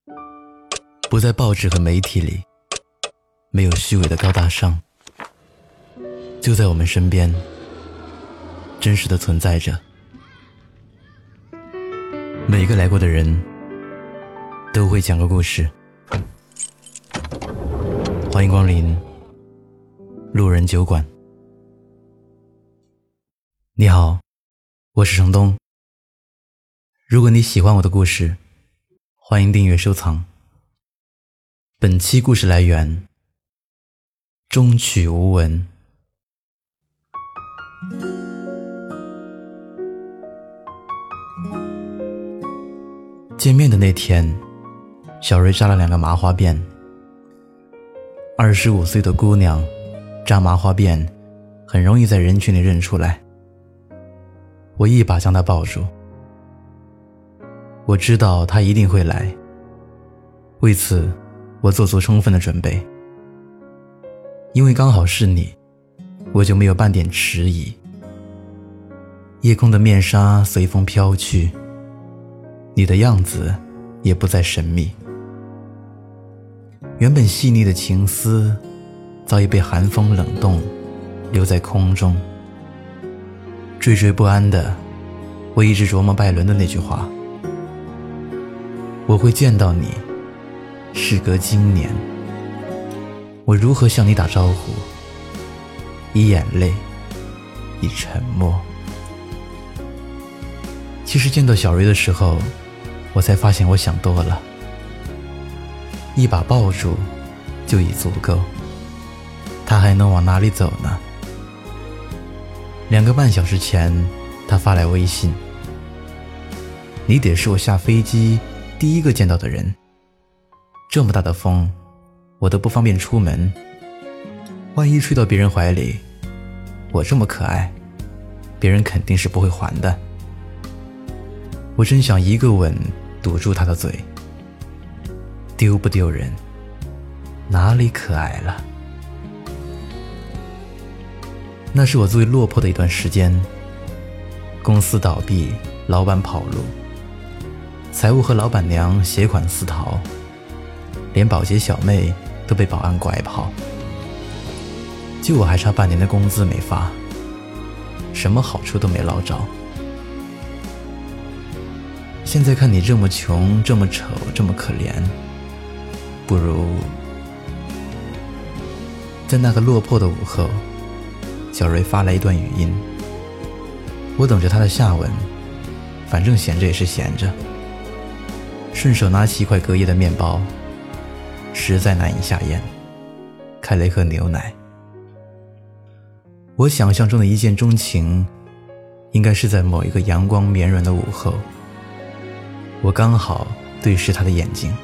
不在报纸和媒体里，没有虚伪的高大上，就在我们身边，真实的存在着。每个来过的人都会讲个故事。欢迎光临路人酒馆。你好，我是程东。如果你喜欢我的故事，欢迎订阅收藏。本期故事来源中曲无闻。见面的那天，小瑞扎了2个麻花辫。25岁的姑娘扎麻花辫很容易在人群里认出来。我一把将她抱住，我知道她一定会来，为此我做足充分的准备。因为刚好是你，我就没有半点迟疑。夜空的面纱随风飘去，你的样子也不再神秘。原本细腻的情思早已被寒风冷冻，留在空中。惴惴不安的，我一直琢磨拜伦的那句话：我会见到你，事隔今年，我如何向你打招呼？以眼泪，以沉默。其实见到小瑞的时候，我才发现我想多了。一把抱住就已足够，他还能往哪里走呢？2个半小时前，他发来微信：你得是我下飞机第一个见到的人，这么大的风，我都不方便出门，万一吹到别人怀里，我这么可爱，别人肯定是不会还的。我真想一个吻堵住他的嘴。丢不丢人？哪里可爱了？那是我最落魄的一段时间，公司倒闭，老板跑路，财务和老板娘携款私逃，连保洁小妹都被保安拐跑，就我还差半年的工资没发，什么好处都没捞着。现在看你这么穷，这么丑，这么可怜，不如……在那个落魄的午后，小瑞发来一段语音，我等着他的下文，反正闲着也是闲着。顺手拿起1块隔夜的面包，实在难以下咽，开了一盒牛奶。我想象中的一见钟情，应该是在某一个阳光绵软的午后，我刚好对视他的眼睛，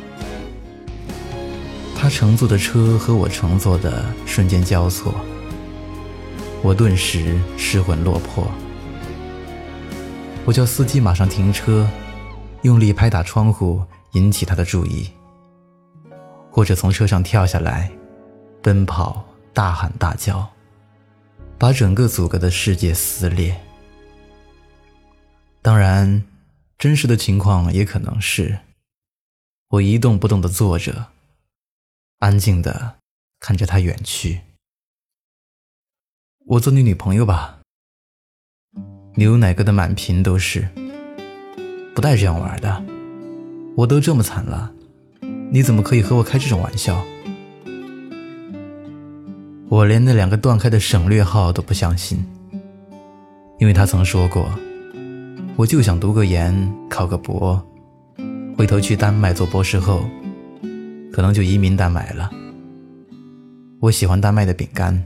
他乘坐的车和我乘坐的瞬间交错，我顿时失魂落魄。我叫司机马上停车，用力拍打窗户引起他的注意，或者从车上跳下来，奔跑大喊大叫，把整个阻隔的世界撕裂。当然真实的情况也可能是，我一动不动地坐着，安静地看着他远去。我做你女朋友吧。牛奶搁得满瓶都是，不带这样玩的，我都这么惨了，你怎么可以和我开这种玩笑？我连那2个断开的省略号都不相信，因为他曾说过，我就想读个研，考个博，回头去丹麦做博士后，可能就移民丹麦了。我喜欢丹麦的饼干。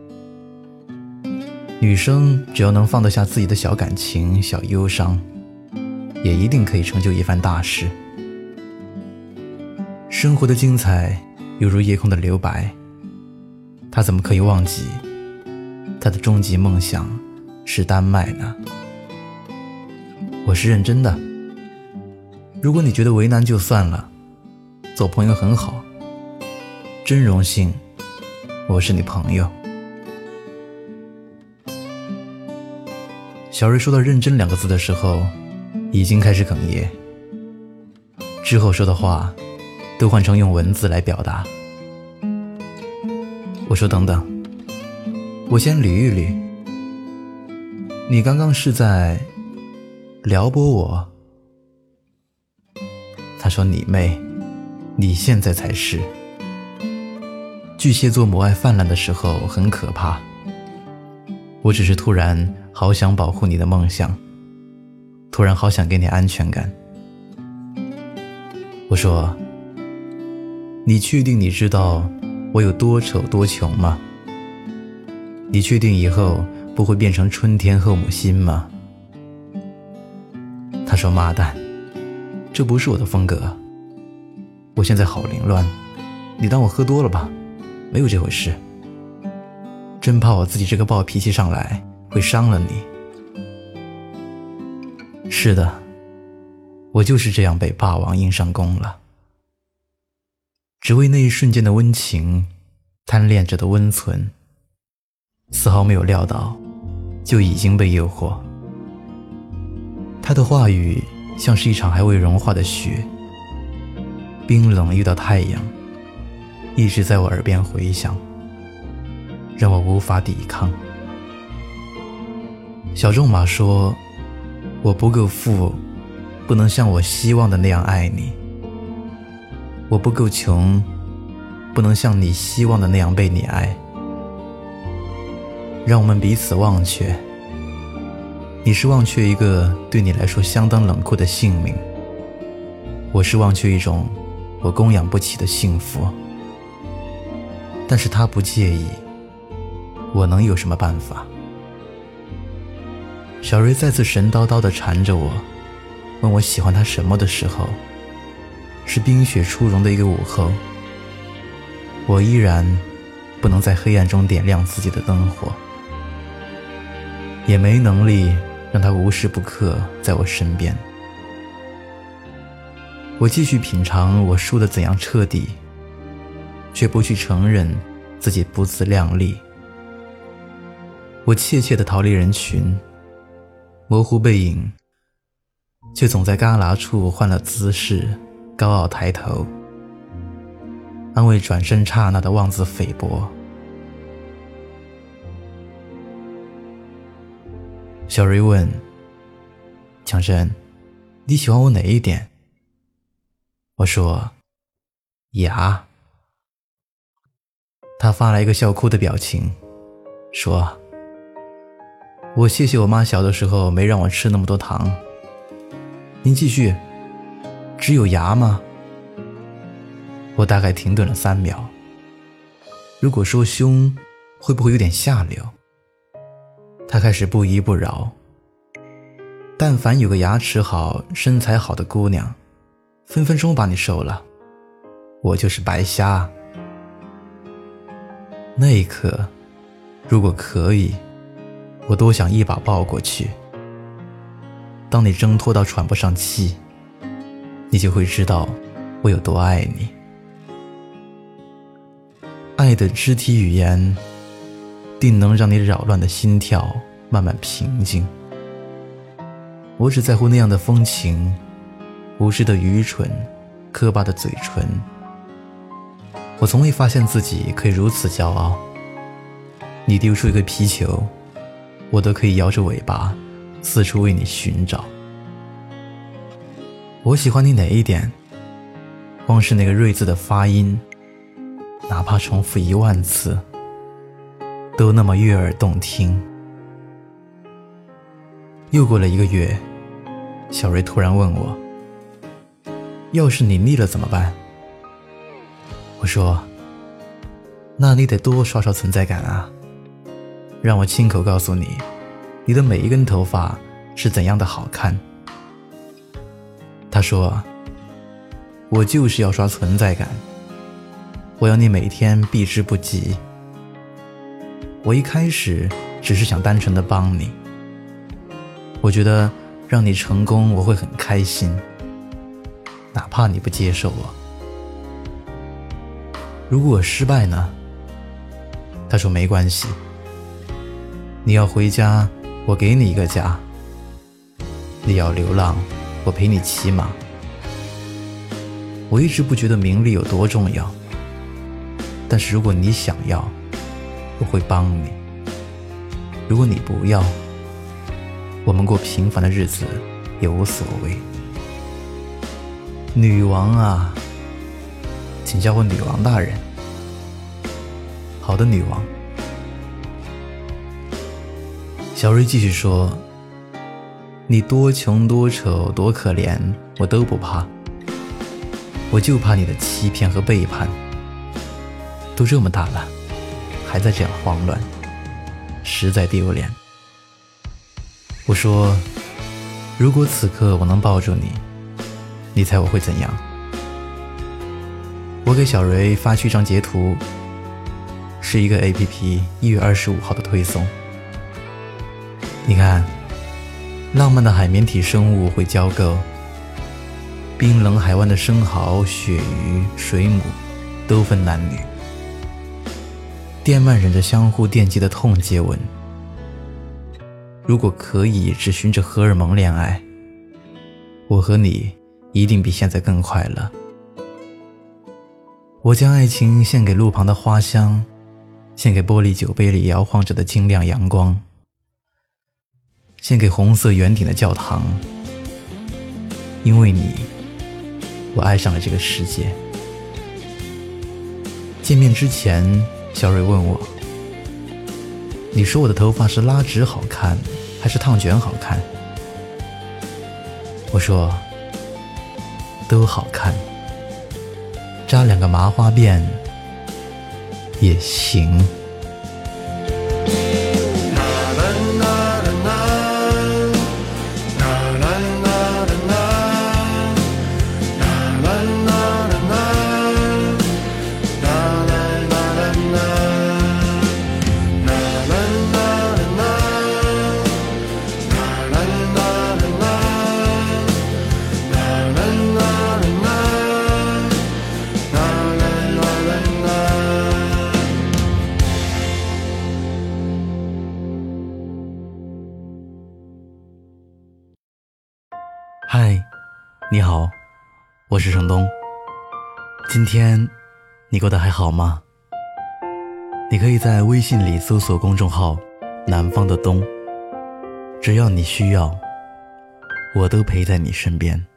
女生只要能放得下自己的小感情、小忧伤，也一定可以成就一番大事。生活的精彩犹如夜空的留白，她怎么可以忘记她的终极梦想是丹麦呢？我是认真的，如果你觉得为难就算了，做朋友很好，真荣幸我是你朋友。小瑞说到认真2个字的时候，已经开始哽咽，之后说的话都换成用文字来表达。我说等等，我先捋一捋，你刚刚是在撩拨我？他说你妹，你现在才是。巨蟹座母爱泛滥的时候很可怕，我只是突然好想保护你的梦想，突然好想给你安全感。我说，你确定你知道我有多丑多穷吗？你确定以后不会变成春天后母心吗？他说妈蛋，这不是我的风格，我现在好凌乱，你当我喝多了吧？没有这回事，真怕我自己这个暴脾气上来会伤了你。是的，我就是这样被霸王硬上弓了，只为那一瞬间的温情，贪恋着的温存，丝毫没有料到就已经被诱惑。他的话语像是一场还未融化的雪，冰冷遇到太阳，一直在我耳边回响，让我无法抵抗。小仲马说，我不够富，不能像我希望的那样爱你。我不够穷，不能像你希望的那样被你爱。让我们彼此忘却，你是忘却一个对你来说相当冷酷的性命，我是忘却一种我供养不起的幸福。但是他不介意，我能有什么办法？小瑞再次神叨叨地缠着我，问我喜欢他什么的时候，是冰雪初融的一个午后，我依然不能在黑暗中点亮自己的灯火，也没能力让他无时不刻在我身边。我继续品尝我输得怎样彻底，却不去承认自己不自量力。我怯怯地逃离人群，模糊背影，却总在旮旯处换了姿势，高傲抬头，安慰转身刹那的妄自菲薄。小瑞问，强生，你喜欢我哪一点？我说，牙。他发来一个笑哭的表情，说，我谢谢我妈小的时候没让我吃那么多糖。您继续，只有牙吗？我大概停顿了3秒，如果说凶，会不会有点下流？他开始不依不饶，但凡有个牙齿好身材好的姑娘，分分钟把你收了，我就是白瞎。那一刻，如果可以，我多想一把抱过去。当你挣脱到喘不上气，你就会知道我有多爱你。爱的肢体语言定能让你扰乱的心跳慢慢平静。我只在乎那样的风情，无知的愚蠢，磕巴的嘴唇。我从未发现自己可以如此骄傲。你丢出一个皮球，我都可以摇着尾巴四处为你寻找。我喜欢你哪一点？光是那个瑞字的发音，哪怕重复1万次，都那么悦耳动听。又过了1个月，小瑞突然问我，要是你腻了怎么办？我说，那你得多刷刷存在感啊，让我亲口告诉你，你的每一根头发是怎样的好看。他说，我就是要刷存在感，我要你每天避之不及。我一开始只是想单纯的帮你，我觉得让你成功我会很开心，哪怕你不接受我。如果我失败呢？他说没关系，你要回家，我给你一个家；你要流浪，我陪你骑马。 我一直不觉得名利有多重要，但是如果你想要，我会帮你；如果你不要，我们过平凡的日子也无所谓。女王啊，请叫我女王大人。好的，女王。小瑞继续说，你多穷多丑多可怜，我都不怕，我就怕你的欺骗和背叛。都这么大了，还在这样慌乱，实在丢脸。我说，如果此刻我能抱住你，你猜我会怎样？我给小蕊发去一张截图，是一个 APP 1月25号的推送。你看，浪漫的海绵体生物会交媾，冰冷海湾的生蚝、鳕鱼、水母都分男女，电鳗忍着相互惦记的痛接吻。如果可以只循着荷尔蒙恋爱，我和你一定比现在更快乐。我将爱情献给路旁的花香，献给玻璃酒杯里摇晃着的晶亮阳光，献给红色圆顶的教堂。因为你，我爱上了这个世界。见面之前，小蕊问我，你说我的头发是拉直好看还是烫卷好看？我说都好看，扎2个麻花辫也行。嗨，你好，我是程东。今天你过得还好吗？你可以在微信里搜索公众号南方的冬，只要你需要，我都陪在你身边。